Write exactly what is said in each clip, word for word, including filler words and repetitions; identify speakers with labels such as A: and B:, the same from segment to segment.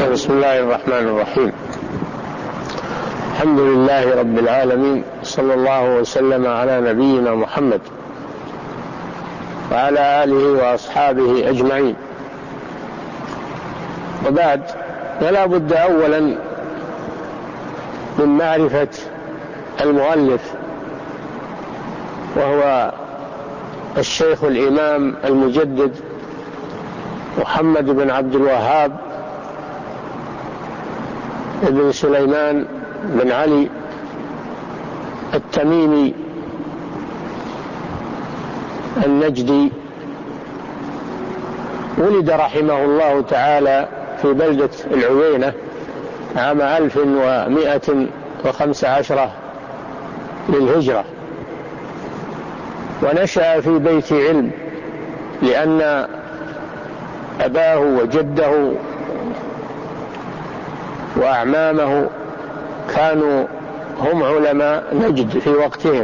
A: بسم الله الرحمن الرحيم. الحمد لله رب العالمين، صلى الله وسلم على نبينا محمد وعلى آله وأصحابه أجمعين، وبعد، فلا بد أولا من معرفة المؤلف، وهو الشيخ الإمام المجدد محمد بن عبد الوهاب بن سليمان بن علي التميمي النجدي. ولد رحمه الله تعالى في بلدة العوينة عام ألف ومائة وخمس عشرة للهجرة، ونشأ في بيت علم، لأن أباه وجده وأعمامه كانوا هم علماء نجد في وقتهم،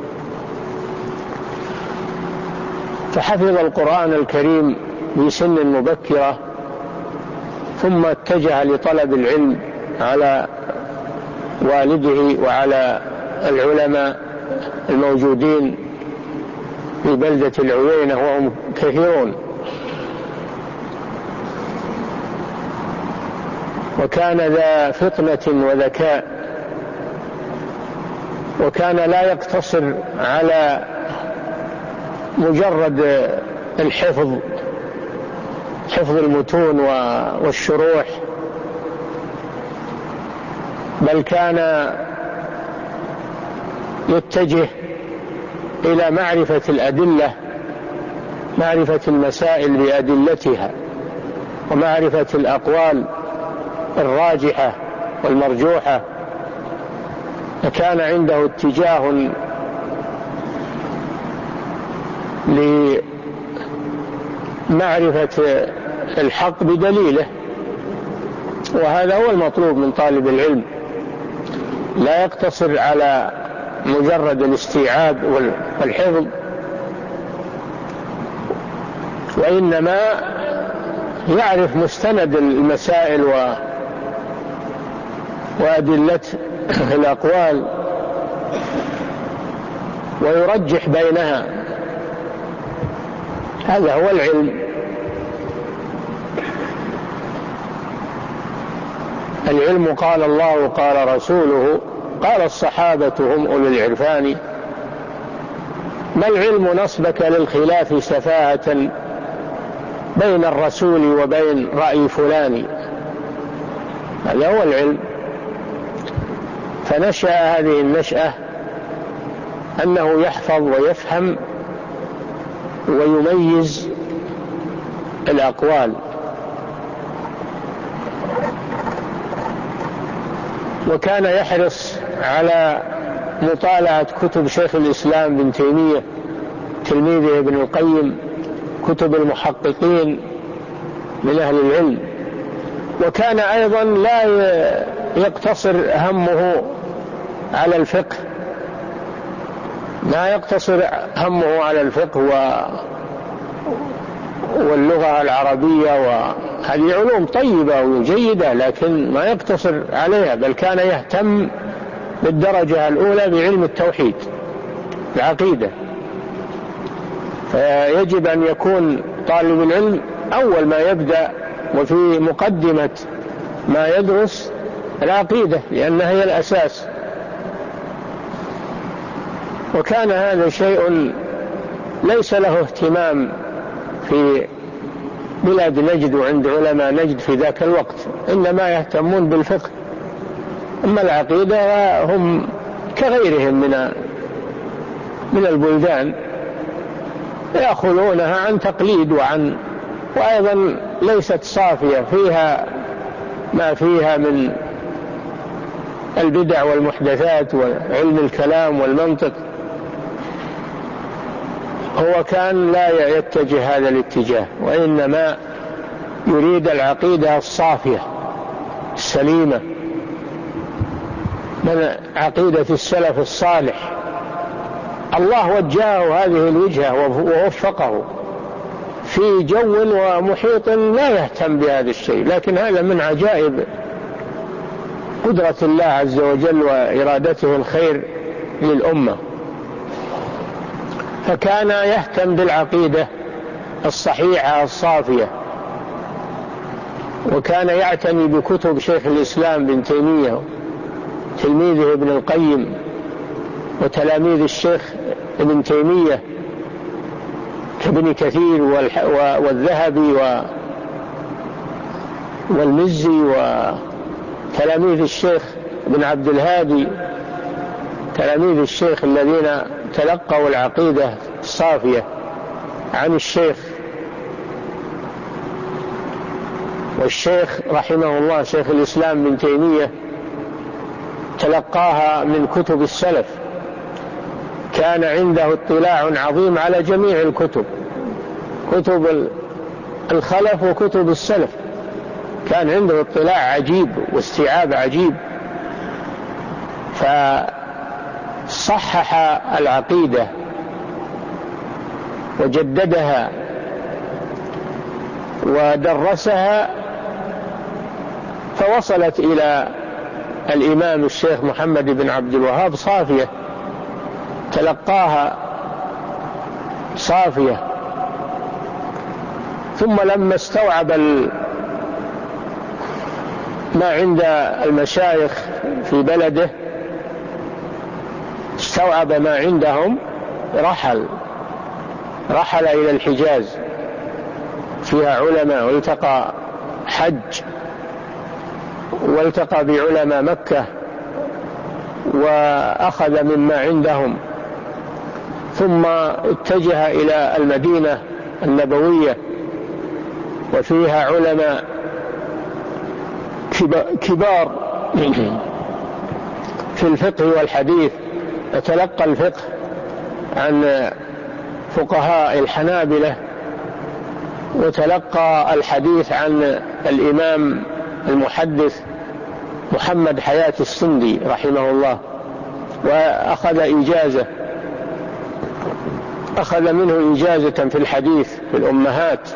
A: فحفظ القرآن الكريم بسن مبكرة، ثم اتجه لطلب العلم على والده وعلى العلماء الموجودين في بلدة العوينة، وهم كثيرون. وكان ذا فطنة وذكاء، وكان لا يقتصر على مجرد الحفظ، حفظ المتون والشروح، بل كان يتجه إلى معرفة الأدلة، معرفة المسائل بأدلتها، ومعرفة الأقوال الراجحة والمرجوحة. فكان عنده اتجاه لمعرفة الحق بدليله، وهذا هو المطلوب من طالب العلم، لا يقتصر على مجرد الاستيعاب والحفظ، وإنما يعرف مستند المسائل وأدلة الأقوال، ويرجح بينها. هذا هو العلم. العلم قال الله قال رسوله قال الصحابة هم أولو العرفان، ما العلم نصبك للخلاف سفاهة بين الرسول وبين رأي فلان. هذا هو العلم. فنشأ هذه النشأة أنه يحفظ ويفهم ويميز الأقوال، وكان يحرص على مطالعة كتب شيخ الإسلام بن تيمية تلميذه ابن القيم، كتب المحققين من أهل العلم. وكان أيضا لا يقتصر همه على الفقه، ما يقتصر همه على الفقه واللغة العربية، وهذه علوم طيبة وجيدة، لكن ما يقتصر عليها، بل كان يهتم بالدرجة الأولى بعلم التوحيد، العقيدة. فيجب أن يكون طالب العلم أول ما يبدأ وفي مقدمة ما يدرس العقيدة، لأنها هي الأساس. وكان هذا شيء ليس له اهتمام في بلاد نجد وعند علماء نجد في ذاك الوقت، إنما يهتمون بالفقه. أما العقيدة هم كغيرهم من من البلدان، يأخذونها عن تقليد وعن وأيضا ليست صافية، فيها ما فيها من البدع والمحدثات وعلم الكلام والمنطق. هو كان لا يتجه هذا الاتجاه، وإنما يريد العقيدة الصافية السليمة من عقيدة السلف الصالح. الله وجهه هذه الوجهة ووفقه، في جو ومحيط لا يهتم بهذا الشيء، لكن هذا من عجائب قدرة الله عز وجل وإرادته الخير للأمة. فكان يهتم بالعقيدة الصحيحة الصافية، وكان يعتني بكتب شيخ الإسلام ابن تيمية تلميذه ابن القيم وتلاميذ الشيخ ابن تيمية كابن كثير والذهبي والمزي وتلاميذ الشيخ ابن عبد الهادي، تلاميذ الشيخ الذين تلقوا العقيدة الصافية عن الشيخ. والشيخ رحمه الله شيخ الإسلام ابن تيمية تلقاها من كتب السلف، كان عنده اطلاع عظيم على جميع الكتب، كتب الخلف وكتب السلف، كان عنده اطلاع عجيب واستيعاب عجيب، فصحح العقيدة وجددها ودرسها، فوصلت إلى الإمام الشيخ محمد بن عبد الوهاب صافية، تلقاها صافية. ثم لما استوعب ما عند المشايخ في بلده، استوعب ما عندهم، رحل رحل إلى الحجاز فيها علماء، والتقى حج والتقى بعلماء مكة وأخذ مما عندهم، ثم اتجه إلى المدينة النبوية وفيها علماء كبار في الفقه والحديث، يتلقى الفقه عن فقهاء الحنابلة وتلقى الحديث عن الإمام المحدث محمد حياة السندي رحمه الله، وأخذ إجازة أخذ منه إجازة في الحديث في الأمهات.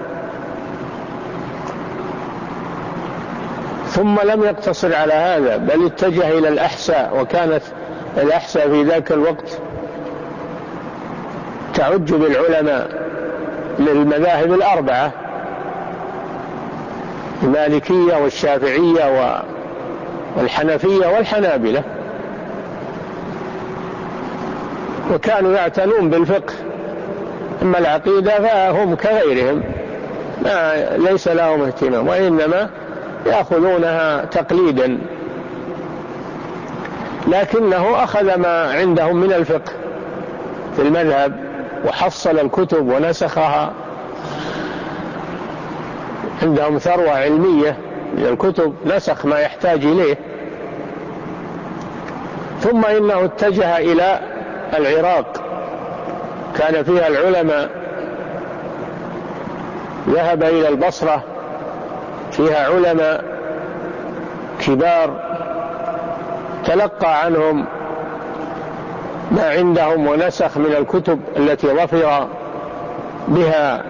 A: ثم لم يقتصر على هذا، بل اتجه إلى الأحساء، وكانت الأحساء في ذاك الوقت تعج بالعلماء للمذاهب الأربعة، المالكية والشافعية والحنفية والحنابلة، وكانوا يعتنون بالفقه. أما العقيدة فهم كغيرهم، ما ليس لهم اهتمام، وإنما يأخذونها تقليدا، لكنه أخذ ما عندهم من الفقه في المذهب وحصل الكتب ونسخها، عندهم ثروة علمية من الكتب، نسخ ما يحتاج إليه. ثم إنه اتجه إلى العراق، كان فيها العلماء، ذهب إلى البصرة فيها علماء كبار، تلقى عنهم ما عندهم ونسخ من الكتب التي ظفر بها،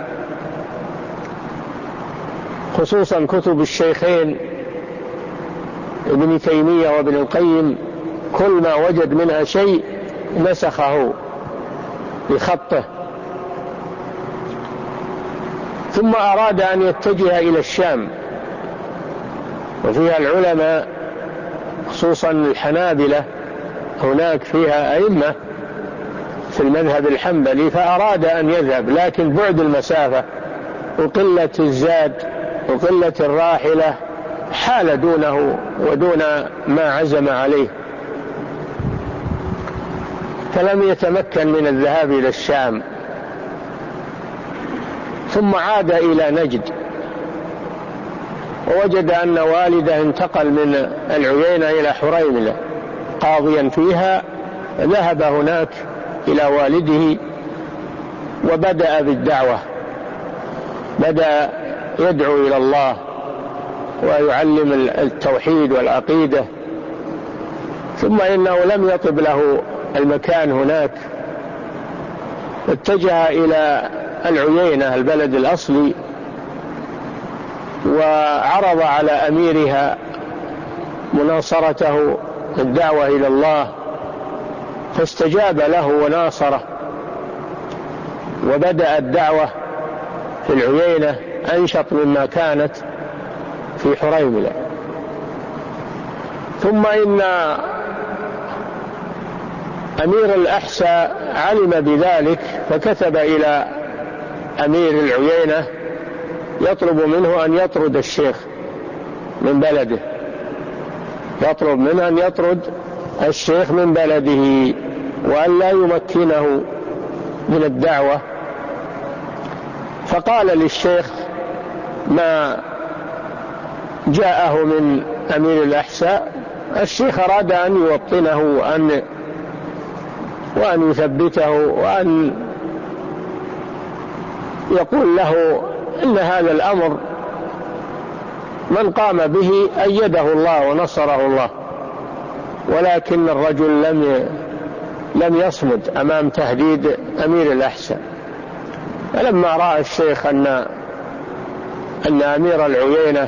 A: خصوصا كتب الشيخين ابن تيمية وابن القيم، كل ما وجد منها شيء نسخه بخطه. ثم أراد أن يتجه إلى الشام، وفيها العلماء خصوصا الحنابلة، هناك فيها أئمة في المذهب الحنبلي، فأراد أن يذهب، لكن بعد المسافة وقلة الزاد وقلة الراحلة حال دونه ودون ما عزم عليه، فلم يتمكن من الذهاب إلى الشام. ثم عاد إلى نجد، ووجد أن والده انتقل من العيينة إلى حريملة قاضيا فيها، ذهب هناك إلى والده وبدأ بالدعوة، بدأ يدعو إلى الله ويعلم التوحيد والعقيدة. ثم إنه لم يطب له المكان هناك، اتجه إلى العيينة البلد الأصلي، وعرض على أميرها مناصرته الدعوة إلى الله، فاستجاب له وناصره، وبدأ الدعوة في العيينة أنشط مما كانت في حريملة. ثم إن أمير الأحساء علم بذلك، فكتب إلى أمير العيينة يطلب منه أن يطرد الشيخ من بلده، يطلب منه أن يطرد الشيخ من بلده وأن لا يمكنه من الدعوة. فقال للشيخ ما جاءه من أمير الأحساء. الشيخ أراد أن يوطنه وأن وأن يثبته وأن يقول له إن هذا الأمر من قام به أيده الله ونصره الله، ولكن الرجل لم لم يصمد أمام تهديد أمير الأحساء. فلما رأى الشيخ أن أن أمير العيينة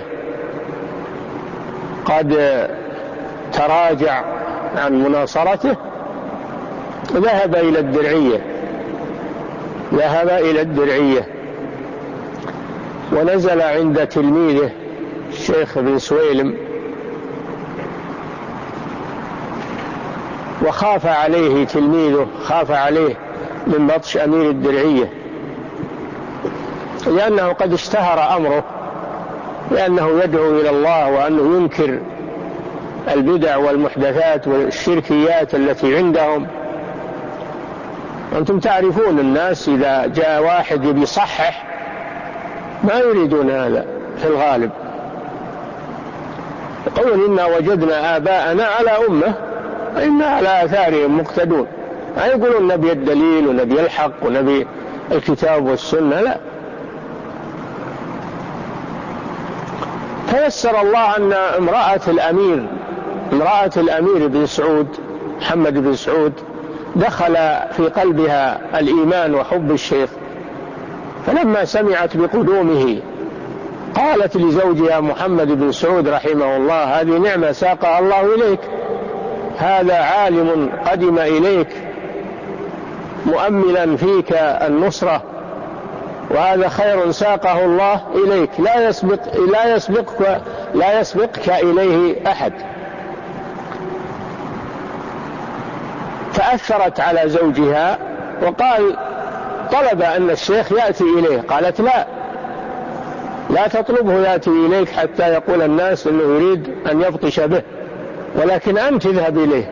A: قد تراجع عن مناصرته، ذهب إلى الدرعية ذهب إلى الدرعية ونزل عند تلميذه الشيخ بن سويلم، وخاف عليه تلميذه، خاف عليه من بطش أمير الدرعية، لأنه قد اشتهر أمره، لأنه يدعو إلى الله وأنه ينكر البدع والمحدثات والشركيات التي عندهم. أنتم تعرفون الناس إذا جاء واحد يبي يصحح ما يريدون هذا في الغالب، يقولون إنا وجدنا آباءنا على أمة وإنا على آثارهم مقتدون، ما يقولون نبي الدليل ونبي الحق ونبي الكتاب والسنة، لا. فيسر الله أن امرأة الأمير امرأة الأمير بن سعود محمد بن سعود دخل في قلبها الإيمان وحب الشيخ، فلما سمعت بقدومه قالت لزوجها محمد بن سعود رحمه الله: هذه نعمة ساقها الله إليك، هذا عالم قدم إليك مؤملا فيك النصرة، وهذا خير ساقه الله إليك، لا يسبق لا يسبقك لا يسبقك إليه أحد. فأثرت على زوجها وقال طلب أن الشيخ يأتي إليه، قالت لا لا تطلبه يأتي إليك حتى يقول الناس أنه يريد أن يبطش به، ولكن أنت اذهب إليه.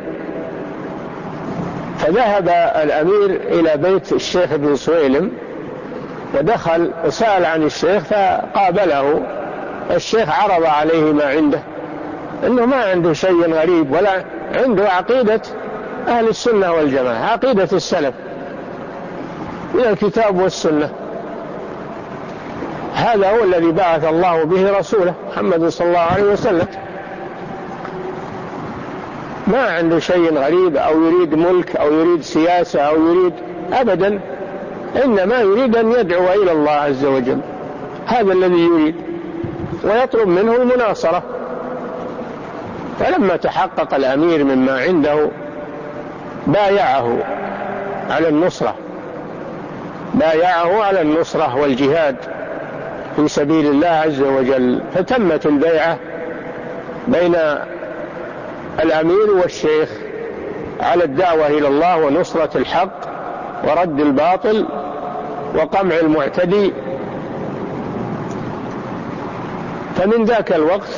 A: فذهب الأمير إلى بيت الشيخ بن سويلم ودخل وسأل عن الشيخ، فقابله الشيخ، عرض عليه ما عنده، إنه ما عنده شيء غريب، ولا عنده عقيدة أهل السنة والجماعة، عقيدة السلف من الكتاب والسنة، هذا هو الذي بعث الله به رسوله محمد صلى الله عليه وسلم، ما عنده شيء غريب أو يريد ملك أو يريد سياسة أو يريد أبدا، إنما يريد أن يدعو إلى الله عز وجل، هذا الذي يريد، ويطلب منه المناصرة. فلما تحقق الأمير مما عنده بايعه على النصرة بايعه على النصرة والجهاد في سبيل الله عز وجل، فتمت البيعة بين الأمير والشيخ على الدعوة إلى الله ونصرة الحق ورد الباطل وقمع المعتدي. فمن ذاك الوقت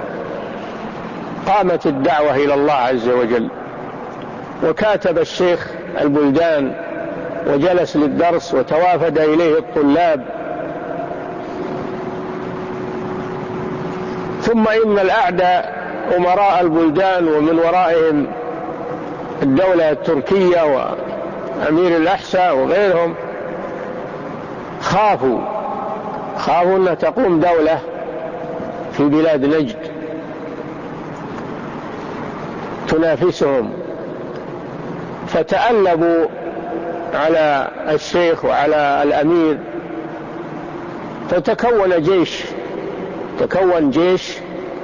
A: قامت الدعوة إلى الله عز وجل، وكاتب الشيخ البلدان وجلس للدرس وتوافد إليه الطلاب. ثم إن الأعداء أمراء البلدان ومن ورائهم الدولة التركية وأمير الأحساء وغيرهم خافوا خافوا أن تقوم دولة في بلاد نجد تنافسهم، فتألبوا على الشيخ وعلى الأمير فتكون جيش تكون جيش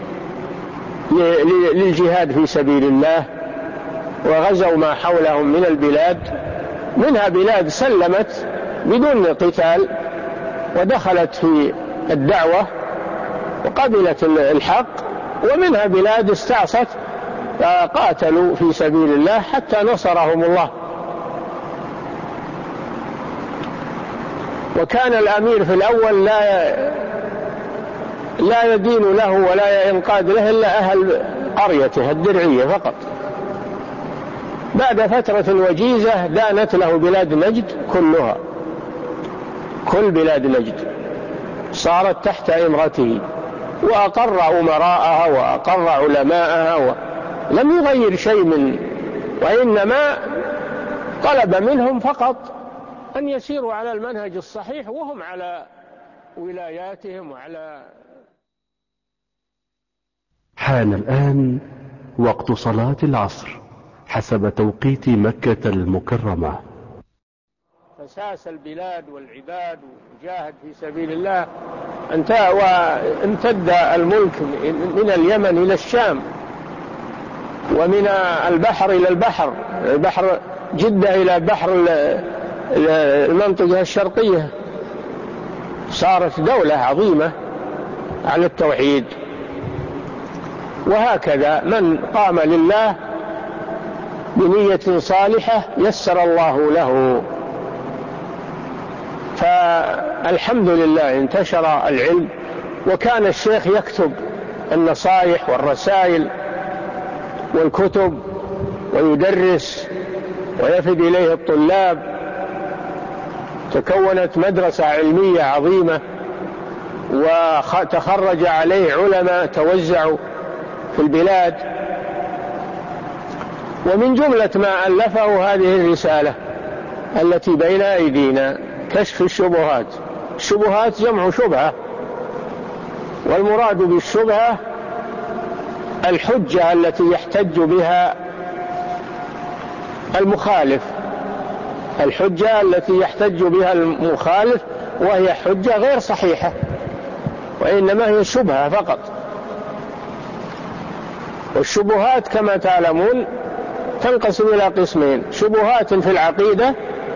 A: للجهاد في سبيل الله، وغزوا ما حولهم من البلاد، منها بلاد سلمت بدون قتال ودخلت في الدعوة وقبلت الحق، ومنها بلاد استعصت فقاتلوا في سبيل الله حتى نصرهم الله. وكان الأمير في الأول لا لا يدين له ولا ينقاد له إلا أهل قريته الدرعية فقط. بعد فترة وجيزة دانت له بلاد نجد كلها، كل بلاد نجد صارت تحت إمرته، وأقر أمراءها وأقر علماءها ولم يغير شيء من، وإنما طلب منهم فقط أن يسيروا على المنهج الصحيح وهم على ولاياتهم وعلى.
B: حان الآن وقت صلاة العصر حسب توقيت مكة المكرمة.
A: فساس البلاد والعباد وجاهد في سبيل الله، انتهى وامتد الملك من اليمن إلى الشام، ومن البحر إلى البحر، البحر جدة إلى بحر المنطقة الشرقية، صارت دولة عظيمة على التوحيد. وهكذا من قام لله بنية صالحة يسر الله له. فالحمد لله انتشر العلم، وكان الشيخ يكتب النصائح والرسائل والكتب ويدرس ويفد إليه الطلاب. تكونت مدرسة علمية عظيمة، وتخرج عليه علماء توزعوا في البلاد. ومن جملة ما ألفه هذه الرسالة التي بين أيدينا، كشف الشبهات. الشبهات جمع شبهة، والمراد بالشبهة الحجة التي يحتج بها المخالف، الحجة التي يحتج بها المخالف، وهي حجة غير صحيحة، وإنما هي شبهة فقط. والشبهات كما تعلمون تنقسم إلى قسمين: شبهات في العقيدة،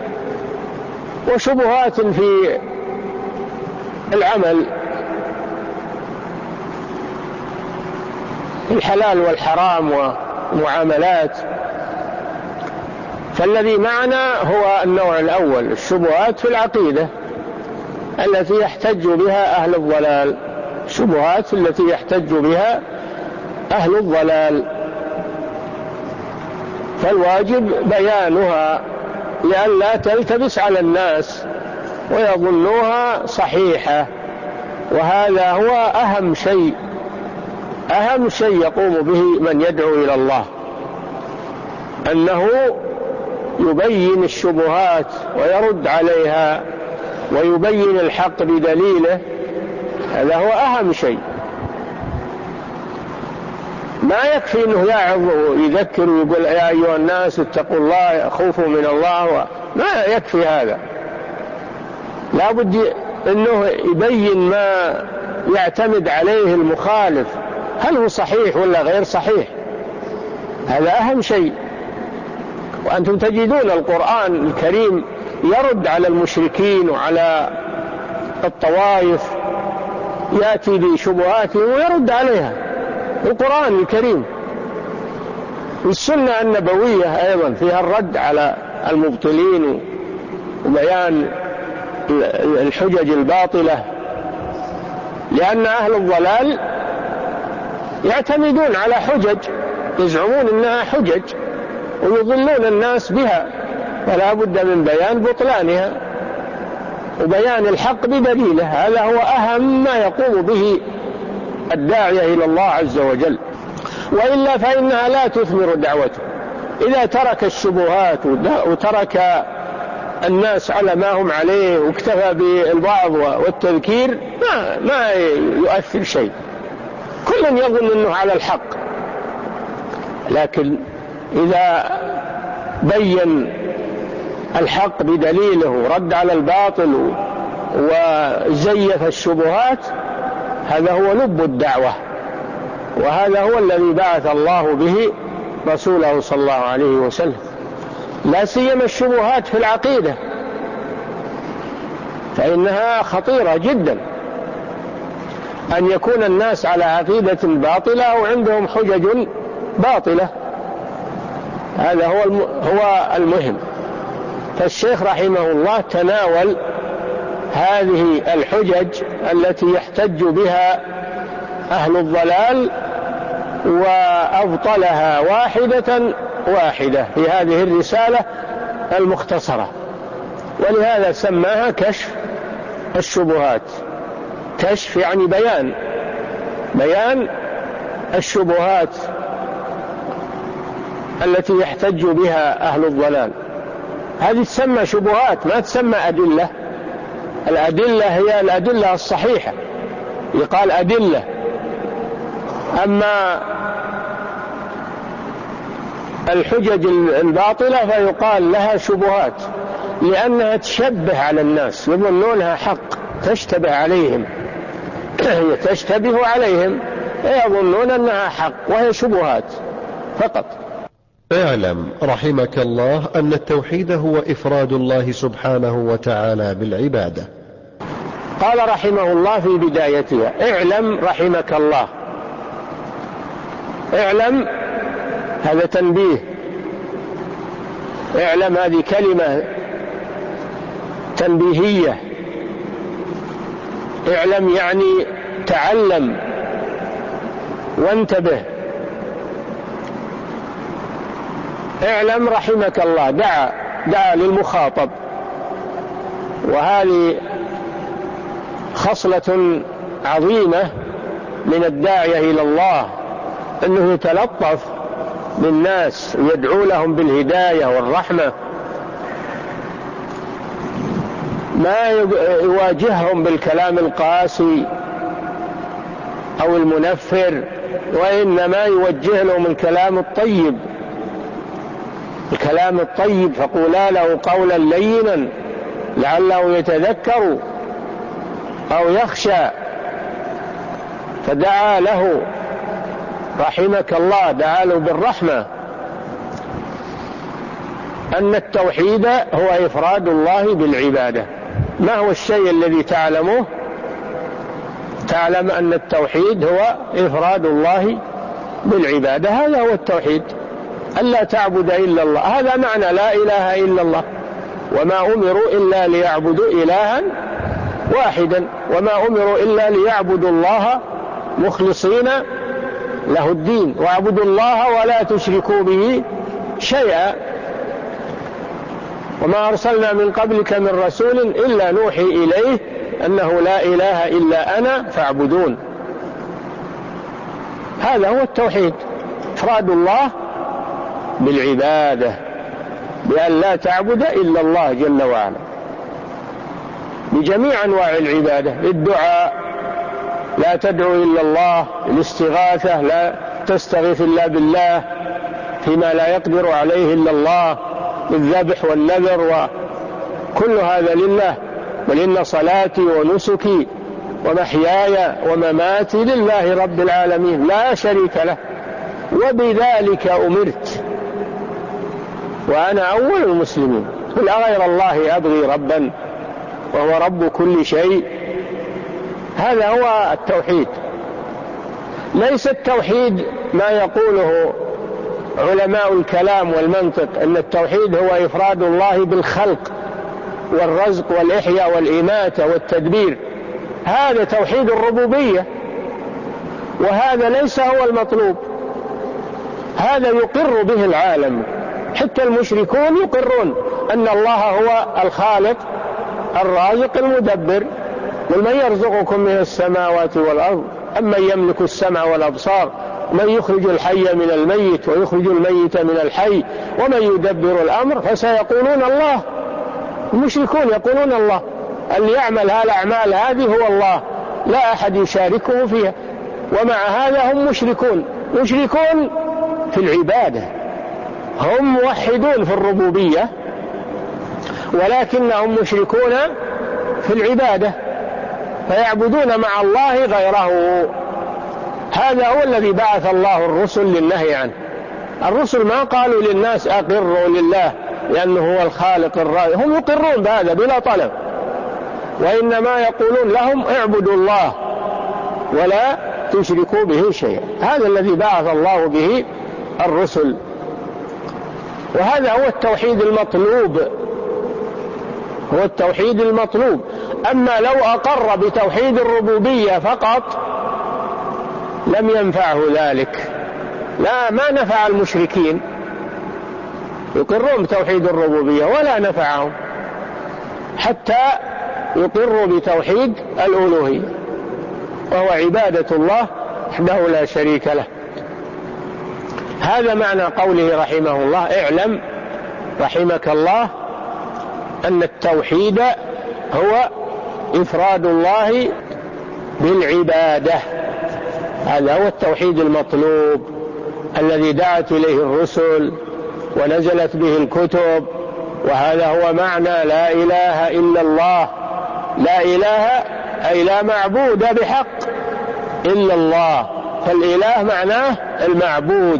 A: وشبهات في العمل، الحلال والحرام ومعاملات. فالذي معنا هو النوع الأول، الشبهات في العقيدة التي يحتج بها أهل الضلال، الشبهات التي يحتج بها أهل الضلال، فالواجب بيانها لئلا تلتبس على الناس ويظنوها صحيحة. وهذا هو أهم شيء، أهم شيء يقوم به من يدعو إلى الله، أنه يبين الشبهات ويرد عليها ويبين الحق بدليله. هذا هو أهم شيء. ما يكفي أنه يعظ ويذكر ويقول يا أيها الناس اتقوا الله خوفوا من الله، ما يكفي هذا. لا بد أنه يبين ما يعتمد عليه المخالف، هل هو صحيح ولا غير صحيح. هذا أهم شيء. وأنتم تجدون القرآن الكريم يرد على المشركين وعلى الطوائف، يأتي بشبهاتهم ويرد عليها القرآن الكريم. والسنة النبوية أيضا فيها الرد على المبطلين وبيان الحجج الباطلة، لأن أهل الضلال يعتمدون على حجج، يزعمون أنها حجج ويضلون الناس بها، فلا بد من بيان بطلانها وبيان الحق بدليله. هذا هو أهم ما يقوم به الداعية إلى الله عز وجل، وإلا فإنها لا تثمر دعوته. إذا ترك الشبهات وترك الناس على ما هم عليه واكتفى بالوعظ والتذكير ما, ما يؤثر شيء. كل يظن أنه على الحق، لكن إذا بين الحق بدليله ورد على الباطل وزيف الشبهات، هذا هو لب الدعوة، وهذا هو الذي بعث الله به رسوله صلى الله عليه وسلم، لا سيما الشبهات في العقيدة فإنها خطيرة جدا، أن يكون الناس على عقيدة باطلة أو عندهم حجج باطلة، هذا هو هو المهم. فالشيخ رحمه الله تناول هذه الحجج التي يحتج بها أهل الضلال وأبطلها واحدة واحدة في هذه الرسالة المختصرة، ولهذا سماها كشف الشبهات. كشف يعني بيان، بيان الشبهات التي يحتج بها أهل الضلال. هذه تسمى شبهات، ما تسمى أدلة. الأدلة هي الأدلة الصحيحة، يقال أدلة. أما الحجج الباطلة فيقال لها شبهات، لأنها تشبه على الناس، يظنونها حق، تشتبه عليهم تشتبه عليهم يظنون أنها حق وهي شبهات فقط.
C: اعلم رحمك الله أن التوحيد هو إفراد الله سبحانه وتعالى بالعبادة.
A: قال رحمه الله في بدايتها: اعلم رحمك الله. اعلم هذا تنبيه، اعلم هذه كلمة تنبيهية. اعلم يعني تعلم وانتبه. اعلم رحمك الله، دعا دعا للمخاطب، وهذه خصلة عظيمة من الداعية إلى الله، أنه يتلطف بالناس ويدعو لهم بالهداية والرحمة، ما يواجههم بالكلام القاسي أو المنفر، وإنما يوجه لهم الكلام الطيب. الكلام الطيب: فقولا له قولا لينا لعله يتذكر أو يخشى. فدعا له رحمك الله، دعا له بالرحمة، أن التوحيد هو إفراد الله بالعبادة. ما هو الشيء الذي تعلمه؟ تعلم أن التوحيد هو إفراد الله بالعبادة، هذا هو التوحيد، ألا تعبد إلا الله. هذا معنى لا إله إلا الله. وما أمروا إلا ليعبدوا إلها واحدا، وما أمروا إلا ليعبدوا الله مخلصين له الدين، واعبدوا الله ولا تشركوا به شيئا، وما أرسلنا من قبلك من رسول إلا نوحي إليه أنه لا إله إلا أنا فاعبدون. هذا هو التوحيد، إفراد الله بالعبادة، بأن لا تعبد إلا الله جل وعلا بجميع أنواع العبادة. الدعاء لا تدعو إلا الله، الاستغاثة لا تستغيث إلا بالله فيما لا يقدر عليه إلا الله، الذبح والنذر وكل هذا لله. بل إن صلاتي ونسكي ومحياي ومماتي لله رب العالمين لا شريك له وبذلك أمرت وأنا أول المسلمين. قل أغير الله أبغي ربا وهو رب كل شيء. هذا هو التوحيد. ليس التوحيد ما يقوله علماء الكلام والمنطق، أن التوحيد هو إفراد الله بالخلق والرزق والإحياء والإماتة والتدبير. هذا توحيد الربوبية، وهذا ليس هو المطلوب. هذا يقر به العالم، حتى المشركون يقرون أن الله هو الخالق الرازق المدبر. قل من يرزقكم من السماوات والأرض أمن يملك السمع والأبصار من يخرج الحي من الميت ويخرج الميت من الحي ومن يدبر الأمر فسيقولون الله. المشركون يقولون الله، اللي يعمل هالأعمال هذه هو الله، لا أحد يشاركه فيها. ومع هذا هم مشركون، مشركون في العبادة. هم موحدون في الربوبية ولكنهم مشركون في العبادة، فيعبدون مع الله غيره. هذا هو الذي بعث الله الرسل للنهي عنه. الرسل ما قالوا للناس أقروا لله لأنه هو الخالق الرازق، هم يقرون بهذا بلا طلب، وإنما يقولون لهم اعبدوا الله ولا تشركوا به شيئا. هذا الذي بعث الله به الرسل، وهذا هو التوحيد المطلوب، هو التوحيد المطلوب. أما لو أقر بتوحيد الربوبية فقط لم ينفعه ذلك، لا ما نفع المشركين، يقرون بتوحيد الربوبية ولا نفعهم حتى يقروا بتوحيد الألوهية، وهو عبادة الله وحده لا شريك له. هذا معنى قوله رحمه الله: اعلم رحمك الله أن التوحيد هو إفراد الله بالعبادة. هذا هو التوحيد المطلوب الذي دعت إليه الرسل ونزلت به الكتب، وهذا هو معنى لا إله إلا الله. لا إله أي لا معبود بحق إلا الله، فالإله معناه المعبود،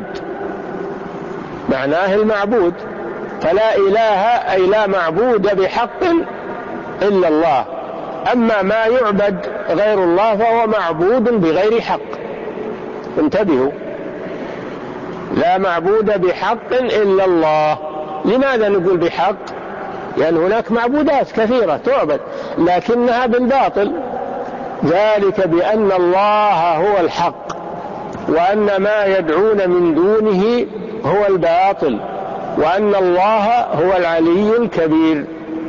A: معناه المعبود، فلا إله أي لا معبود بحق إلا الله. أما ما يعبد غير الله فهو معبود بغير حق. انتبهوا، لا معبود بحق إلا الله. لماذا نقول بحق؟ لأن هناك معبودات كثيرة تعبد لكنها بالباطل، ذلك بأن الله هو الحق وأن ما يدعون من دونه هو الباطل، وأن الله هو العلي الكبير.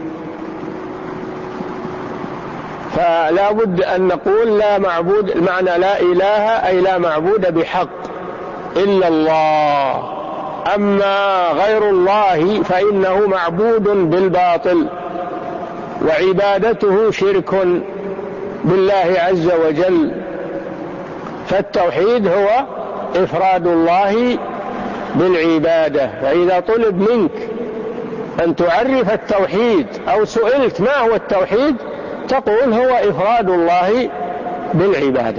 A: فلا بد أن نقول لا معبود، المعنى لا إله أي لا معبود بحق إلا الله. أما غير الله فإنه معبود بالباطل، وعبادته شرك بالله عز وجل. فالتوحيد هو إفراد الله بالعبادة. فإذا طلب منك أن تعرف التوحيد أو سئلت ما هو التوحيد تقول هو إفراد الله بالعبادة.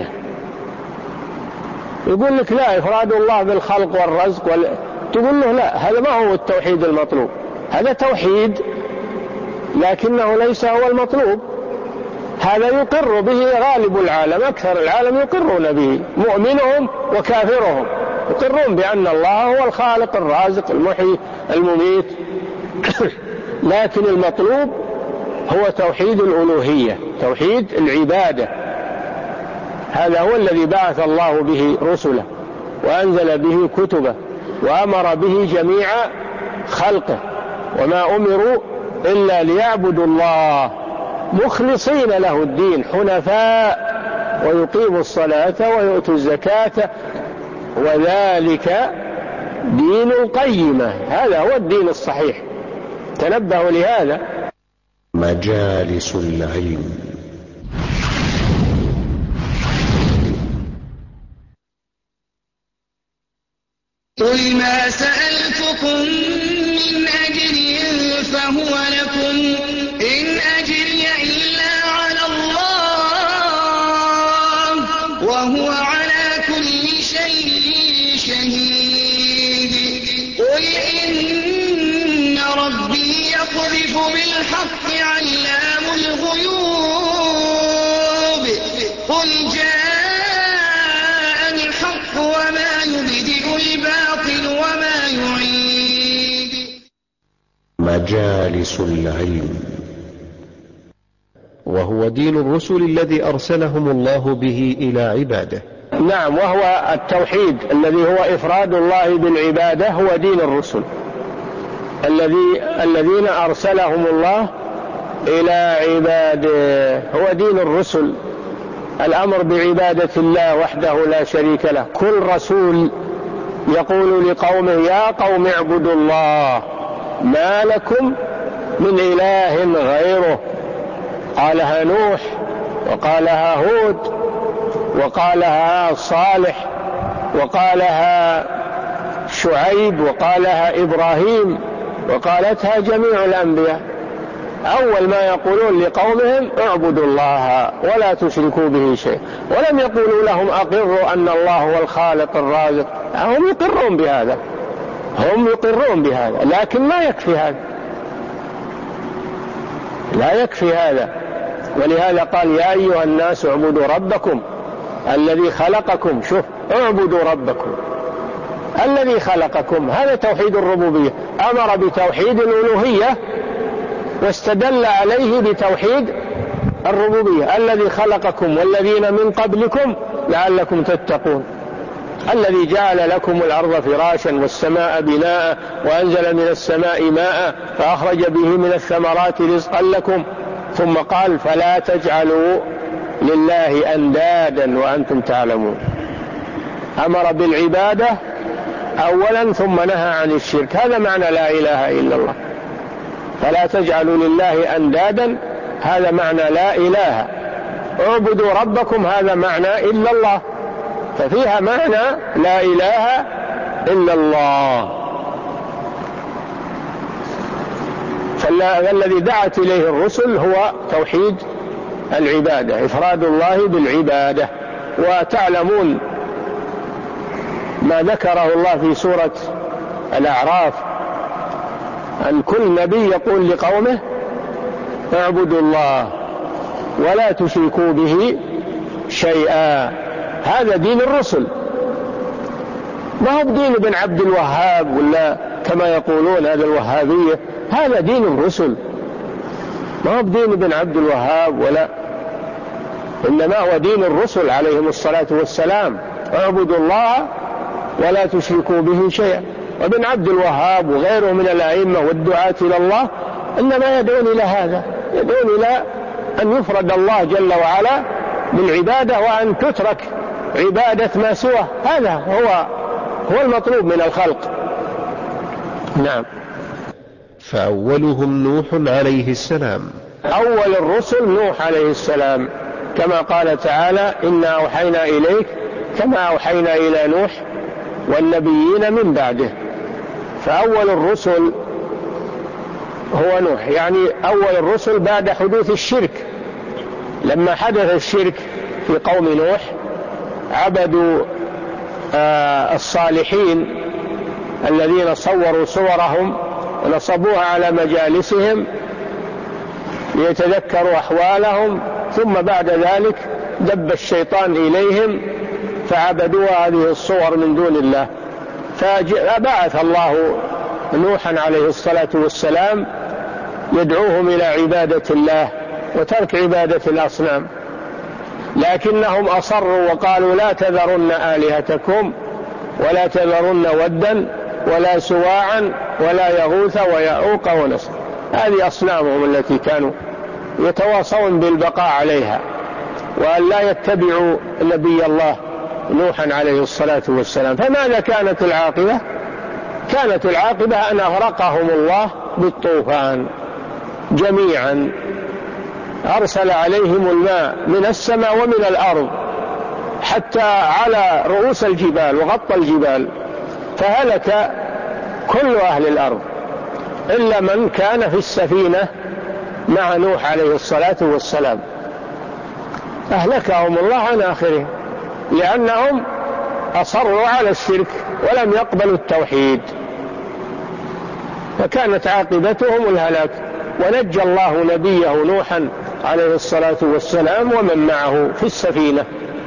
A: يقول لك لا، إفراد الله بالخلق والرزق وال... تقول له لا، هذا ما هو التوحيد المطلوب، هذا توحيد لكنه ليس هو المطلوب. هذا يقر به غالب العالم، أكثر العالم يقرون به، مؤمنهم وكافرهم يقرون بأن الله هو الخالق الرازق المحيي المميت. لكن المطلوب هو توحيد الألوهية، توحيد العبادة. هذا هو الذي بعث الله به رسله وأنزل به كتبه وأمر به جميع خلقه، وما أمروا إلا ليعبدوا الله مخلصين له الدين حنفاء ويقيموا الصلاة ويؤتوا الزكاة وذلك دين القيمة. هذا هو الدين الصحيح، تنبهوا لهذا.
C: مجالس العلم.
D: قل ما سألتكم من أجر فهو لكم، إن أجري إلا على الله وهو على كل شيء شهيد. قل إن ربي يقذف بالحق علام الغيوب. قل جاء الحق وما يبدئ الباطل وما يعيد.
C: مجالس العلم. وهو دين الرسل الذي أرسلهم الله به إلى عباده.
A: نعم، وهو التوحيد الذي هو إفراد الله بالعبادة، هو دين الرسل الذي الذين أرسلهم الله إلى عباده، هو دين الرسل، الأمر بعبادة الله وحده لا شريك له. كل رسول يقول لقومه يا قوم اعبدوا الله ما لكم من إله غيره. قالها نوح، وقالها هود، وقالها صالح، وقالها شعيب، وقالها إبراهيم، وقالتها جميع الأنبياء. أول ما يقولون لقومهم اعبدوا الله ولا تشركوا به شيء، ولم يقولوا لهم أقروا أن الله هو الخالق الرازق. هم يقرون بهذا، هم يقرون بهذا، لكن ما يكفي هذا، لا يكفي هذا. ولهذا قال يا أيها الناس اعبدوا ربكم الذي خلقكم. شوف، اعبدوا ربكم الذي خلقكم، هذا توحيد الربوبية. أمر بتوحيد الألوهية واستدل عليه بتوحيد الربوبية. الذي خلقكم والذين من قبلكم لعلكم تتقون، الذي جعل لكم الأرض فراشا والسماء بناء وأنزل من السماء ماء فأخرج به من الثمرات رزقا لكم، ثم قال فلا تجعلوا لله أندادا وأنتم تعلمون. أمر بالعبادة أولا ثم نهى عن الشرك، هذا معنى لا إله إلا الله. فلا تجعلوا لله أندادا، هذا معنى لا إله. اعبدوا ربكم، هذا معنى إلا الله، ففيها معنى لا إله إلا الله. فالذي دعت إليه الرسل هو توحيد العبادة، إفراد الله بالعبادة. وتعلمون ما ذكره الله في سورة الأعراف أن كل نبي يقول لقومه اعبدوا الله ولا تشركوا به شيئا. هذا دين الرسل، ما هو دين ابن عبد الوهاب ولا كما يقولون هذا الوهابية، هذا دين الرسل، ما هو دين ابن عبد الوهاب ولا، إنما هو دين الرسل عليهم الصلاة والسلام. اعبدوا الله ولا تشركوا به شيئا. وابن عبد الوهاب وغيره من الأئمة والدعاة إلى الله إنما يدعون إلى هذا، يدعون إلى أن يفرد الله جل وعلا بالعبادة وأن تترك عبادة ما سواه. هذا هو هو المطلوب من الخلق. نعم.
C: فأولهم نوح عليه السلام.
A: أول الرسل نوح عليه السلام، كما قال تعالى إنا أوحينا إليك كما أوحينا إلى نوح والنبيين من بعده. فأول الرسل هو نوح، يعني أول الرسل بعد حدوث الشرك. لما حدث الشرك في قوم نوح عبدوا آه الصالحين الذين صوروا صورهم ونصبوها على مجالسهم ليتذكروا أحوالهم، ثم بعد ذلك دب الشيطان إليهم فعبدوا هذه الصور من دون الله. فبعث الله نوحا عليه الصلاة والسلام يدعوهم إلى عبادة الله وترك عبادة الأصنام، لكنهم أصروا وقالوا لا تذرن آلهتكم ولا تذرن ودا ولا سواعا ولا يغوث ويعوق ونسر. هذه أصنامهم التي كانوا يتواصون بالبقاء عليها، وأن لا يتبعوا نبي الله نوحا عليه الصلاة والسلام. فماذا كانت العاقبة؟ كانت العاقبة أن أغرقهم الله بالطوفان جميعا، أرسل عليهم الماء من السماء ومن الأرض حتى على رؤوس الجبال وغطى الجبال، فهلك كل أهل الأرض إلا من كان في السفينة مع نوح عليه الصلاة والسلام، أهلكهم الله عن آخرهم لأنهم أصروا على الشرك ولم يقبلوا التوحيد، فكانت عاقبتهم الهلاك. ونجى الله نبيه نوحا عليه الصلاة والسلام ومن معه في السفينة.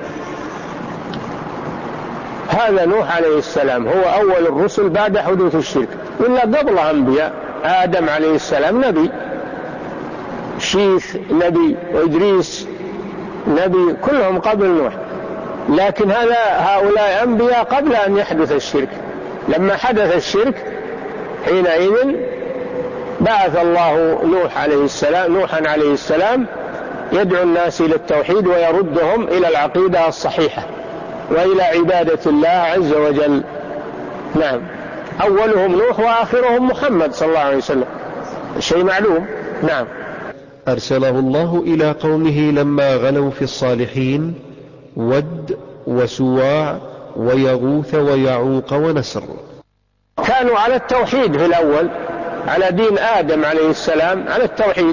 A: هذا نوح عليه السلام هو أول الرسل بعد حدوث الشرك، إلا قبل أنبياء. آدم عليه السلام نبي، شيث نبي، وإدريس نبي، كلهم قبل نوح. لكن هذا هؤلاء أنبياء قبل أن يحدث الشرك. لما حدث الشرك حينئذ بعث الله نوح عليه السلام نوحا عليه السلام يدعو الناس إلى التوحيد ويردهم إلى العقيدة الصحيحة وإلى عبادة الله عز وجل. نعم. أولهم نوح وآخرهم محمد صلى الله عليه وسلم، شيء معلوم. نعم.
C: أرسله الله إلى قومه لما غلوا في الصالحين ود وسواع ويغوث ويعوق ونسر.
A: كانوا على التوحيد في الأول على دين آدم عليه السلام على التوحيد.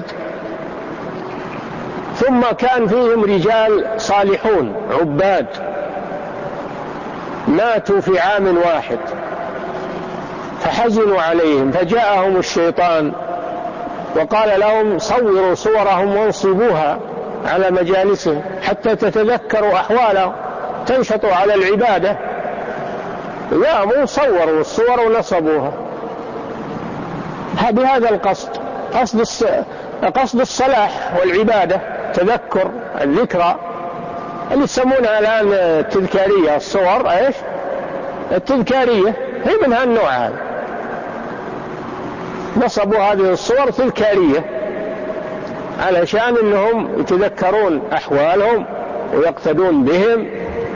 A: ثم كان فيهم رجال صالحون عباد ماتوا في عام واحد فحزنوا عليهم، فجاءهم الشيطان وقال لهم صوروا صورهم وانصبوها على مجالسهم حتى تتذكروا أحوالهم تنشطوا على العبادة. قاموا صوروا الصور ونصبوها بهذا القصد، قصد قصد الصلاح والعبادة، تذكر الذكرى اللي يسمونها الآن التذكارية، الصور ايش التذكارية هي من هالنوع هذا، نصبوا هذه الصور تذكارية علشان انهم يتذكرون احوالهم ويقتدون بهم.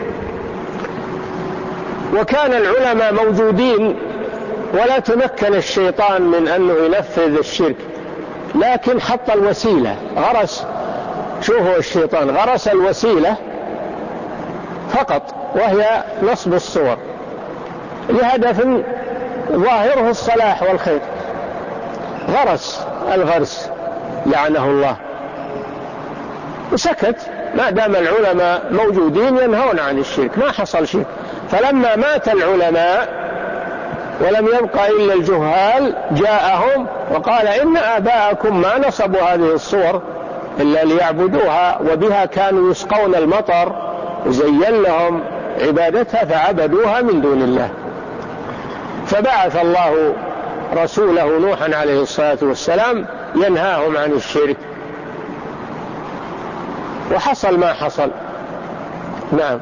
A: وكان العلماء موجودين ولا تمكن الشيطان من انه ينفذ الشرك، لكن حط الوسيلة، غرس، شوفوا الشيطان غرس الوسيلة فقط وهي نصب الصور لهدف ظاهره الصلاح والخير، غرس الغرس لعنه الله وسكت. ما دام العلماء موجودين ينهون عن الشرك ما حصل شيء. فلما مات العلماء ولم يبقى إلا الجهال جاءهم وقال إن آباءكم ما نصبوا هذه الصور إلا ليعبدوها وبها كانوا يسقون المطر وزين لهم عبادتها فعبدوها من دون الله. فبعث الله رسوله نوحا عليه الصلاة والسلام ينهاهم عن الشرك، وحصل ما حصل. نعم.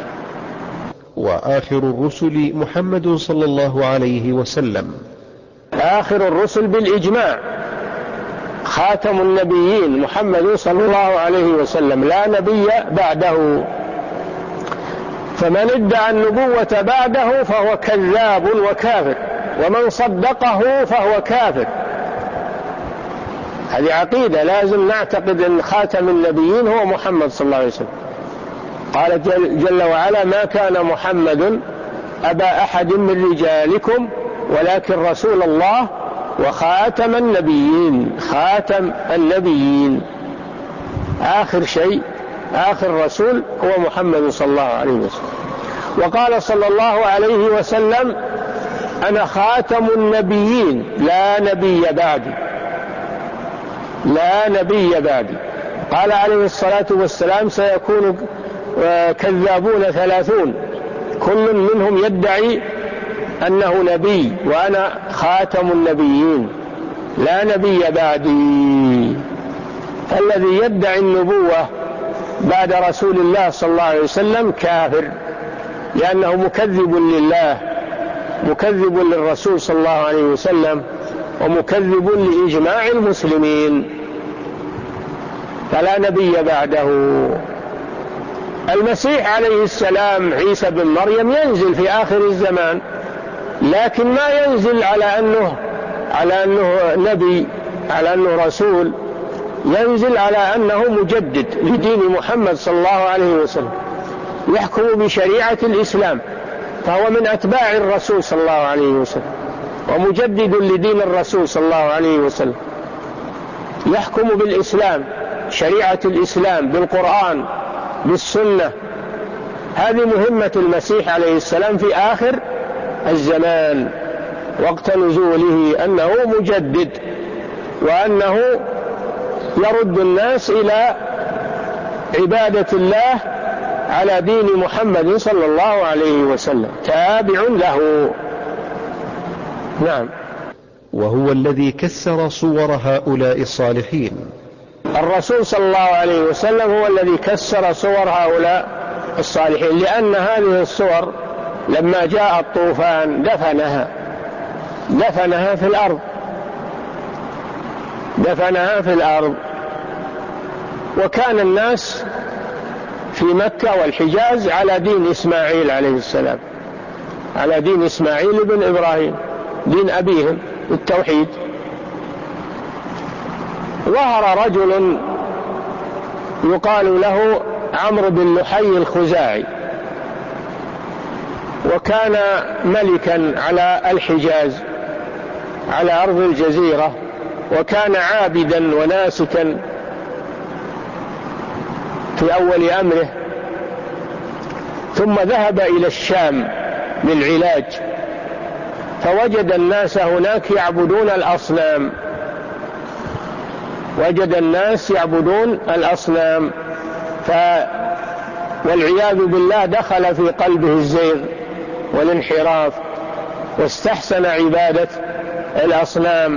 C: وآخر الرسل محمد صلى الله عليه وسلم.
A: آخر الرسل بالإجماع خاتم النبيين محمد صلى الله عليه وسلم، لا نبي بعده، فمن ادعى النبوة بعده فهو كذاب وكافر، ومن صدقه فهو كافر. هذه عقيدة لازم نعتقد أن خاتم النبيين هو محمد صلى الله عليه وسلم. قال جل, جل وعلا ما كان محمد أبا أحد من رجالكم ولكن رسول الله وخاتم النبيين. خاتم النبيين آخر شيء، آخر رسول هو محمد صلى الله عليه وسلم. وقال صلى الله عليه وسلم أنا خاتم النبيين لا نبي بعدي، لا نبي بعدي. قال عليه الصلاة والسلام سيكون كذابون ثلاثون كل منهم يدعي أنه نبي وأنا خاتم النبيين لا نبي بعدي. فالذي يدعي النبوة بعد رسول الله صلى الله عليه وسلم كافر، لأنه مكذب لله، مكذب للرسول صلى الله عليه وسلم، ومكذب لإجماع المسلمين، فلا نبي بعده. المسيح عليه السلام عيسى بن مريم ينزل في آخر الزمان، لكن ما ينزل على أنه على أنه نبي، على أنه رسول، ينزل على أنه مجدد لدين محمد صلى الله عليه وسلم، يحكم بشريعة الإسلام، فهو من أتباع الرسول صلى الله عليه وسلم ومجدد لدين الرسول صلى الله عليه وسلم، يحكم بالإسلام، شريعة الإسلام، بالقرآن، بالسنة. هذه مهمة المسيح عليه السلام في آخر الزمان وقت نزوله، أنه مجدد، وأنه يرد الناس إلى عبادة الله على دين محمد صلى الله عليه وسلم، تابع له. نعم.
C: وهو الذي كسر صور هؤلاء الصالحين.
A: الرسول صلى الله عليه وسلم هو الذي كسر صور هؤلاء الصالحين، لأن هذه الصور لما جاء الطوفان دفنها دفنها في الأرض دفنها في الأرض وكان الناس في مكة والحجاز على دين إسماعيل عليه السلام، على دين إسماعيل بن إبراهيم، دين أبيهم التوحيد. ظهر رجل يقال له عمرو بن لحي الخزاعي، وكان ملكا على الحجاز، على أرض الجزيرة، وكان عابدا وناسكا في أول أمره، ثم ذهب إلى الشام للعلاج، فوجد الناس هناك يعبدون الأصنام، وجد الناس يعبدون الأصنام ف والعياذ بالله دخل في قلبه الزيغ والانحراف، واستحسن عبادة الأصنام،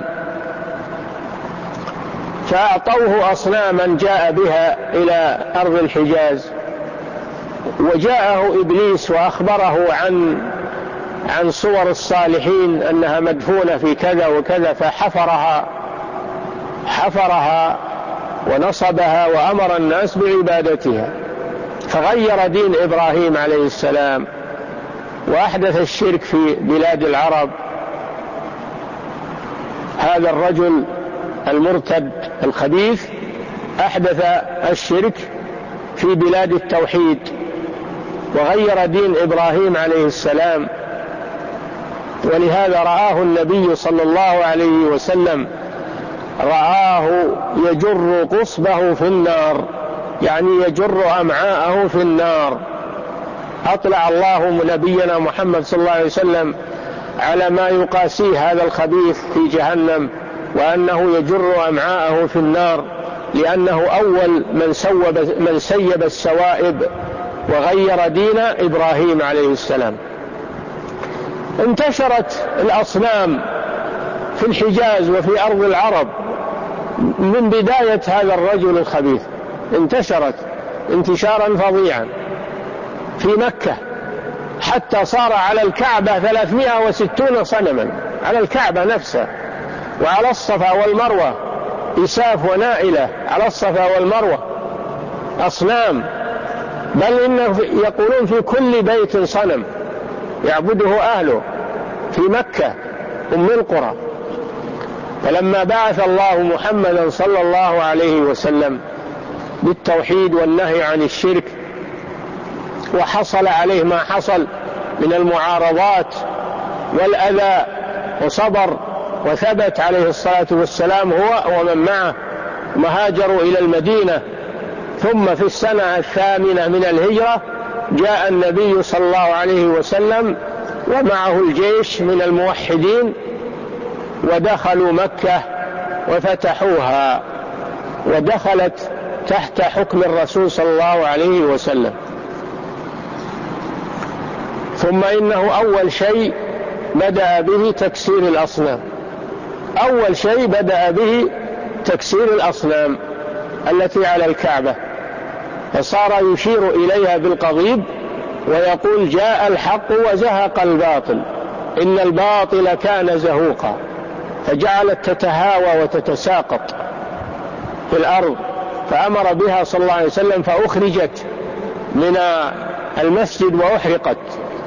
A: فأعطوه أصناما جاء بها إلى أرض الحجاز، وجاءه إبليس وأخبره عن عن صور الصالحين أنها مدفونة في كذا وكذا، فحفرها حفرها ونصبها وأمر الناس بعبادتها، فغير دين إبراهيم عليه السلام وأحدث الشرك في بلاد العرب. هذا الرجل المرتد الخبيث أحدث الشرك في بلاد التوحيد وغير دين إبراهيم عليه السلام، ولهذا رآه النبي صلى الله عليه وسلم رآه يجر قصبه في النار، يعني يجر أمعاءه في النار. أطلع الله نبينا محمد صلى الله عليه وسلم على ما يقاسيه هذا الخبيث في جهنم، وأنه يجر أمعاءه في النار، لأنه أول من سوب من سيب السوائب وغير دين إبراهيم عليه السلام. انتشرت الأصنام في الحجاز وفي أرض العرب من بداية هذا الرجل الخبيث، انتشرت انتشارا فظيعا في مكة، حتى صار على الكعبة ثلاثمائة وستون صنما، على الكعبة نفسها، وعلى الصفا والمروة إساف ونائلة على الصفا والمروة أصنام، بل إن يقولون في كل بيت صنم يعبده أهله في مكة أم القرى. فلما بعث الله محمدا صلى الله عليه وسلم بالتوحيد والنهي عن الشرك، وحصل عليه ما حصل من المعارضات والأذى، وصبر وثبت عليه الصلاة والسلام هو ومن معه، وهاجروا إلى المدينة. ثم في السنة الثامنة من الهجرة جاء النبي صلى الله عليه وسلم ومعه الجيش من الموحدين، ودخلوا مكة وفتحوها، ودخلت تحت حكم الرسول صلى الله عليه وسلم. ثم إنه أول شيء بدأ به تكسير الأصنام، أول شيء بدأ به تكسير الأصنام التي على الكعبة، فصار يشير إليها بالقضيب ويقول جاء الحق وزهق الباطل إن الباطل كان زهوقا، فجعلت تتهاوى وتتساقط في الأرض، فأمر بها صلى الله عليه وسلم فأخرجت من المسجد وأحرقت.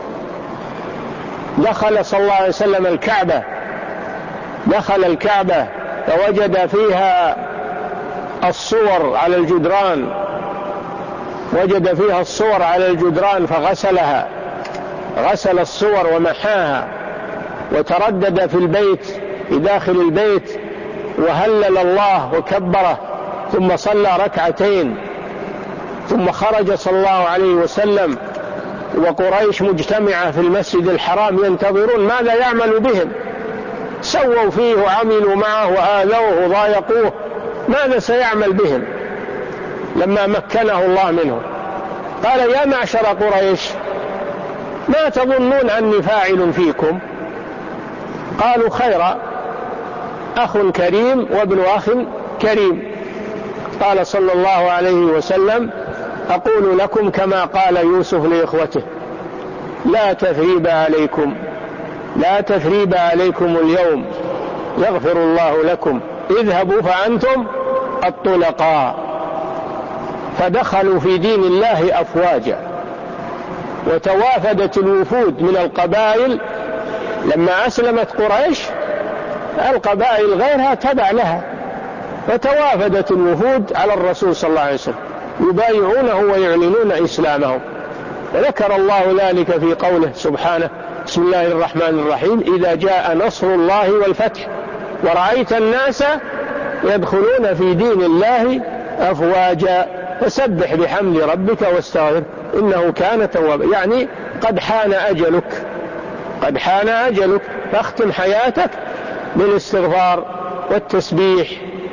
A: دخل صلى الله عليه وسلم الكعبة، دخل الكعبة فوجد فيها الصور على الجدران، وجد فيها الصور على الجدران فغسلها، غسل الصور ومحاها، وتردد في البيت في داخل البيت وهلل الله وكبره، ثم صلى ركعتين، ثم خرج صلى الله عليه وسلم وقريش مجتمعة في المسجد الحرام ينتظرون ماذا يعمل بهم، سووا فيه وعملوا معه وآذوه وضايقوه، ماذا سيعمل بهم لما مكنه الله منه؟ قال يا معشر قريش ما تظنون أني فاعل فيكم؟ قالوا خيرا، أخ كريم وابن أخ كريم. قال صلى الله عليه وسلم أقول لكم كما قال يوسف لإخوته لا تثريب عليكم، لا تثريب عليكم اليوم يغفر الله لكم، اذهبوا فأنتم الطلقاء. فدخلوا في دين الله أفواجا، وتوافدت الوفود من القبائل. لما أسلمت قريش القبائل غيرها تبع لها، فتوافدت الوفود على الرسول صلى الله عليه وسلم يبايعونه ويعلنون إسلامهم. وذكر الله ذلك في قوله سبحانه: بسم الله الرحمن الرحيم: إذا جاء نصر الله والفتح ورأيت الناس يدخلون في دين الله أفواجا فسبح بحمد ربك واستغفر إنه كان توابا. يعني قد حان أجلك، قد حان أجلك، فاختم حياتك بالاستغفار والتسبيح.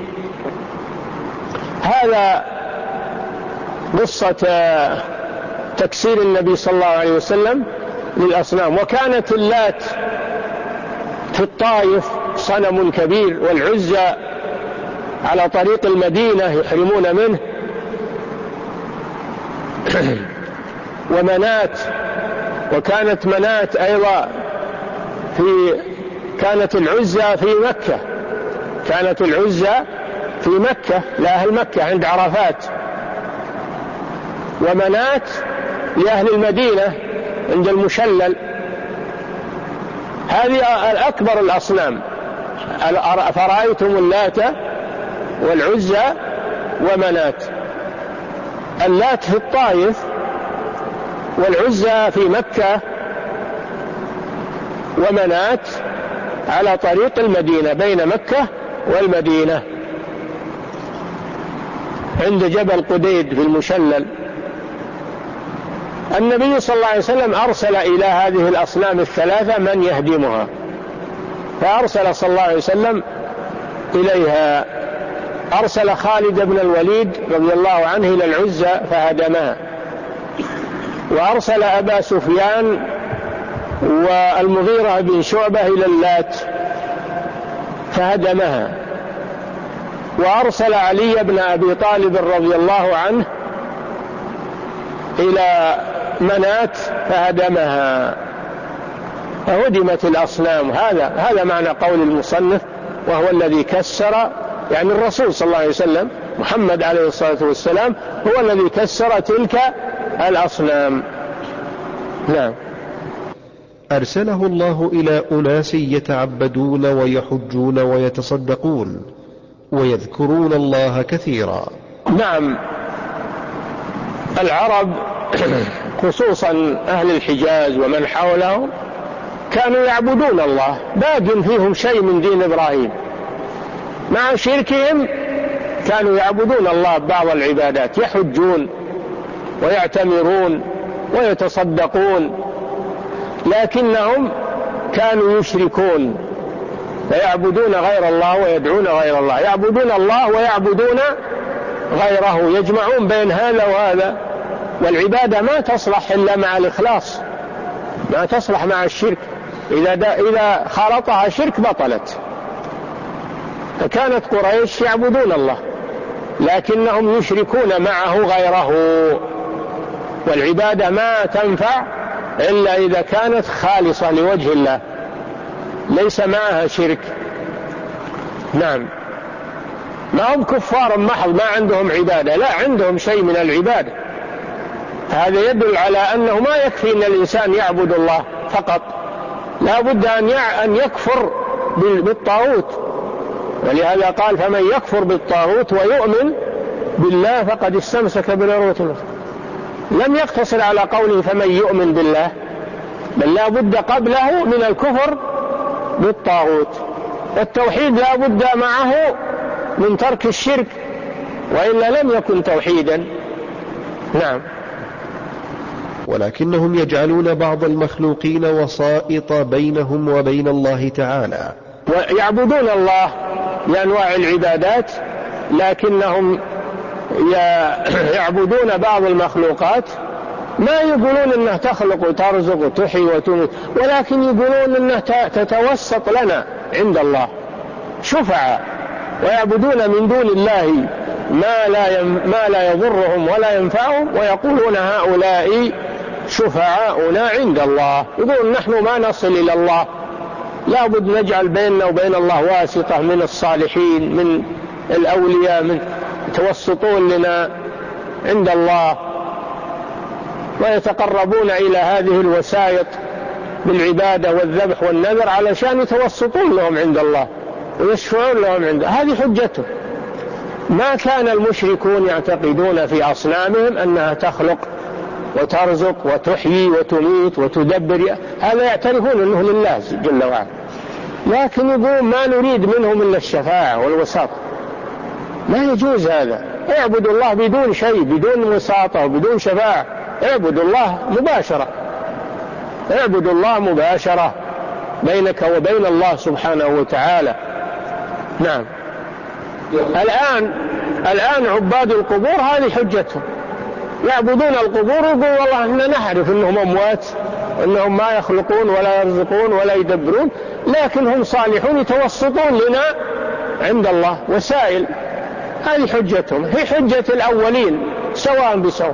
A: هذا قصة تكسير النبي صلى الله عليه وسلم للأصنام. وكانت اللات في الطائف صنم كبير، والعزى على طريق المدينة يحرمون منه، ومنات، وكانت منات أيضا في كانت العزى في مكة، كانت العزى في مكة لأهل مكة عند عرفات، ومنات لأهل المدينة عند المشلل. هذه الأكبر الأصنام. فرأيتم اللات والعزى ومنات. اللات في الطائف والعزى في مكة ومنات على طريق المدينة بين مكة والمدينة عند جبل قديد في المشلل. النبي صلى الله عليه وسلم أرسل إلى هذه الأصنام الثلاثة من يهدمها، فأرسل صلى الله عليه وسلم إليها، أرسل خالد بن الوليد رضي الله عنه إلى العزى فهدمها، وأرسل أبا سفيان والمغيرة بن شعبة إلى اللات فهدمها، وأرسل علي بن أبي طالب رضي الله عنه إلى منات فهدمها، فهدمت الأصنام. هذا هذا معنى قول المصنف: وهو الذي كسر، يعني الرسول صلى الله عليه وسلم محمد عليه الصلاة والسلام هو الذي كسر تلك الأصنام. نعم.
C: أرسله الله إلى أناس يتعبدون ويحجون ويتصدقون ويذكرون الله كثيرا.
A: نعم، العرب خصوصا أهل الحجاز ومن حولهم كانوا يعبدون الله، باق فيهم شيء من دين إبراهيم، مع شركهم كانوا يعبدون الله ببعض العبادات، يحجون ويعتمرون ويتصدقون، لكنهم كانوا يشركون ويعبدون غير الله ويدعون غير الله، يعبدون الله ويعبدون غيره، يجمعون بين هذا وهذا. والعبادة ما تصلح إلا مع الإخلاص، ما تصلح مع الشرك، إذا, إذا خالطها شرك بطلت. فكانت قريش يعبدون الله لكنهم يشركون معه غيره، والعبادة ما تنفع إلا إذا كانت خالصة لوجه الله ليس معها شرك. نعم، ما هم كفار محض ما عندهم عبادة، لا، عندهم شيء من العبادة. هذا يدل على أنه ما يكفي أن الإنسان يعبد الله فقط، لا بد أن يكفر بالطاغوت، ولهذا قال: فمن يكفر بالطاغوت ويؤمن بالله فقد استمسك بالعروة الوثقى. لم يقتصر على قوله فمن يؤمن بالله، بل لا بد قبله من الكفر بالطاغوت. والتوحيد لا بد معه من ترك الشرك، وإلا لم يكن توحيدا. نعم.
C: ولكنهم يجعلون بعض المخلوقين وسائط بينهم وبين الله تعالى،
A: ويعبدون الله بأنواع العبادات، لكنهم يعبدون بعض المخلوقات، ما يقولون أنها تخلق وترزق وتحيي وتميت، ولكن يقولون أنها تتوسط لنا عند الله، شفعاء، ويعبدون من دون الله ما لا ما لا يضرهم ولا ينفعهم، ويقولون هؤلاء شفعاؤنا عند الله. يقولون نحن ما نصل إلى الله، لا بد نجعل بيننا وبين الله واسطة من الصالحين من الأولياء، من يتوسطون لنا عند الله، ويتقربون إلى هذه الوسائط بالعبادة والذبح والنذر علشان يتوسطون لهم عند الله ويشفعون لهم عنده. هذه حجته. ما كان المشركون يعتقدون في أصنامهم أنها تخلق وترزق وتحيي وتميت وتدبر، هذا يعترفون أنه لله جل وعلا، لكن يقول ما نريد منهم إلا الشفاعة والوساطة. ما يجوز هذا. اعبدوا الله بدون شيء، بدون وساطة وبدون شفاعة، اعبدوا الله مباشرة، اعبدوا الله مباشرة بينك وبين الله سبحانه وتعالى. نعم. الآن الآن عباد القبور هذه حجتهم، يعبدون القبور ويقول والله إحنا نعرف أنهم أموات، أنهم ما يخلقون ولا يرزقون ولا يدبرون، لكن هم صالحون يتوسطون لنا عند الله وسائل. هذه حجتهم، هي حجة الأولين سواء بسواء.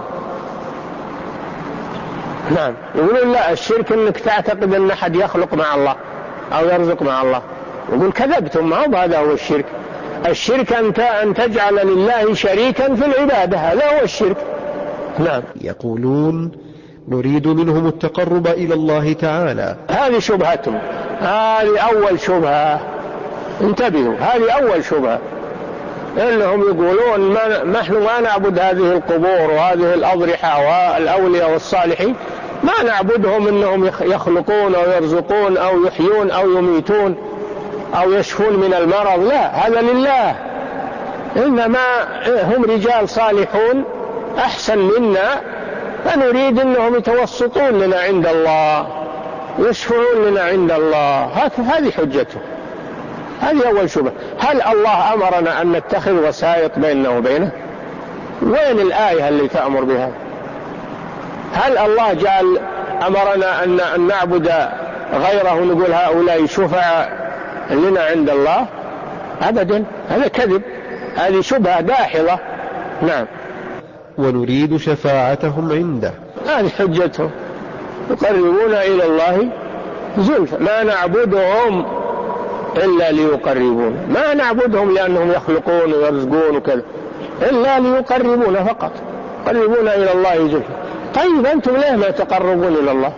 A: نعم. يقولون لا، الشرك أنك تعتقد أن أحد يخلق مع الله أو يرزق مع الله. يقول كذبتم، ما هو هذا هو الشرك. الشرك أن تجعل لله شريكا في العبادة، هذا هو الشرك. نعم.
C: يقولون نريد منهم التقرب إلى الله تعالى.
A: هذه شبهتهم، هذه أول شبهة، انتبهوا، هذه أول شبهة، إنهم يقولون ما نحن ما نعبد هذه القبور وهذه الأضرحة والأولياء والصالحين، ما نعبدهم إنهم يخلقون أو يرزقون أو يحيون أو يميتون أو يشفون من المرض، لا، هذا لله، إنما هم رجال صالحون أحسن منا، فنريد أنهم يتوسطون لنا عند الله، يشفعون لنا عند الله. هذه حجته، هذه أول شبهة. هل الله أمرنا أن نتخذ وسائط بيننا وبينه؟ وين الآية اللي تأمر بها؟ هل الله جعل أمرنا أن, أن نعبد غيره ونقول هؤلاء شفعاء لنا عند الله؟ أبدا، هذا كذب، هذه شبهة داحضة. نعم.
C: ونريد شفاعتهم عنده،
A: هذه حجتهم، يقربون إلى الله زلفى، ما نعبدهم إلا ليقربون، ما نعبدهم لأنهم يخلقون ويرزقون وكذا، إلا ليقربون فقط، يقربون إلى الله زلفى. طيب أنتم ليه ما تقربون إلى الله؟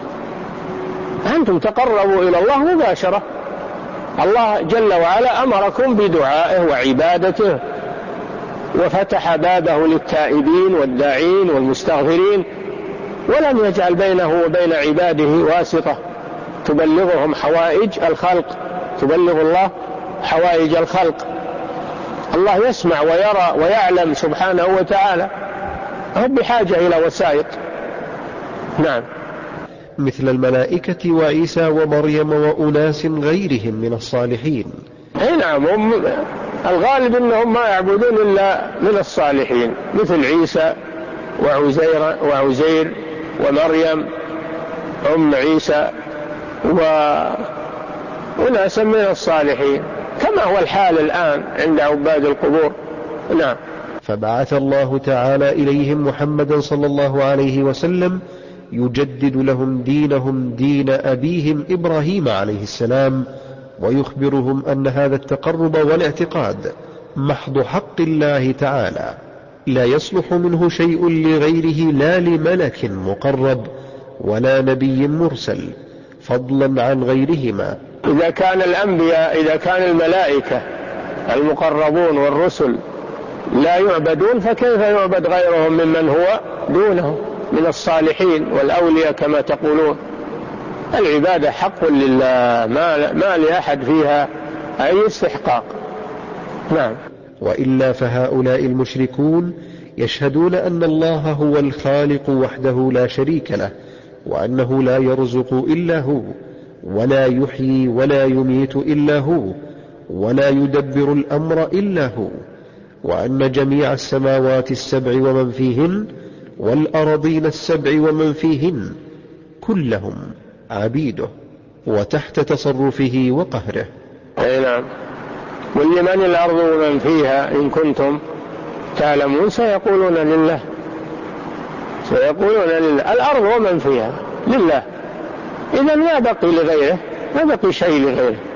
A: أنتم تقربوا إلى الله مباشرة، الله جل وعلا أمركم بدعائه وعبادته، وفتح بابه للتائبين والداعين والمستغفرين، ولم يجعل بينه وبين عباده واسطة تبلغهم حوائج الخلق، تبلغ الله حوائج الخلق. الله يسمع ويرى ويعلم سبحانه وتعالى، هم بحاجة إلى وسائط. نعم.
C: مثل الملائكة وعيسى ومريم وأناس غيرهم من الصالحين.
A: أي نعم، هم الغالب أنهم ما يعبدون إلا من الصالحين، مثل عيسى وعزير, وعزير ومريم أم عيسى وناس من الصالحين، كما هو الحال الآن عند عباد القبور. نعم.
C: فبعث الله تعالى إليهم محمدا صلى الله عليه وسلم يجدد لهم دينهم دين أبيهم إبراهيم عليه السلام، ويخبرهم أن هذا التقرب والاعتقاد محض حق الله تعالى، لا يصلح منه شيء لغيره، لا لملك مقرب ولا نبي مرسل، فضلا عن غيرهما.
A: إذا كان الأنبياء، إذا كان الملائكة المقربون والرسل لا يعبدون، فكيف يعبد غيرهم ممن هو دونهم من الصالحين والأولياء كما تقولون؟ العبادة حق لله، ما, ما لأحد فيها أي استحقاق. نعم.
C: وإلا فهؤلاء المشركون يشهدون أن الله هو الخالق وحده لا شريك له، وأنه لا يرزق إلا هو، ولا يحيي ولا يميت إلا هو، ولا يدبر الأمر إلا هو، وأن جميع السماوات السبع ومن فيهن والأرضين السبع ومن فيهن كلهم عبيده وتحت تصرفه وقهره.
A: أي نعم. ولمن الأرض ومن فيها إن كنتم تعلمون؟ سيقولون لله، سيقولون لله، الأرض ومن فيها لله، إذا ما بقي لغيره، ما بقي شيء لغيره.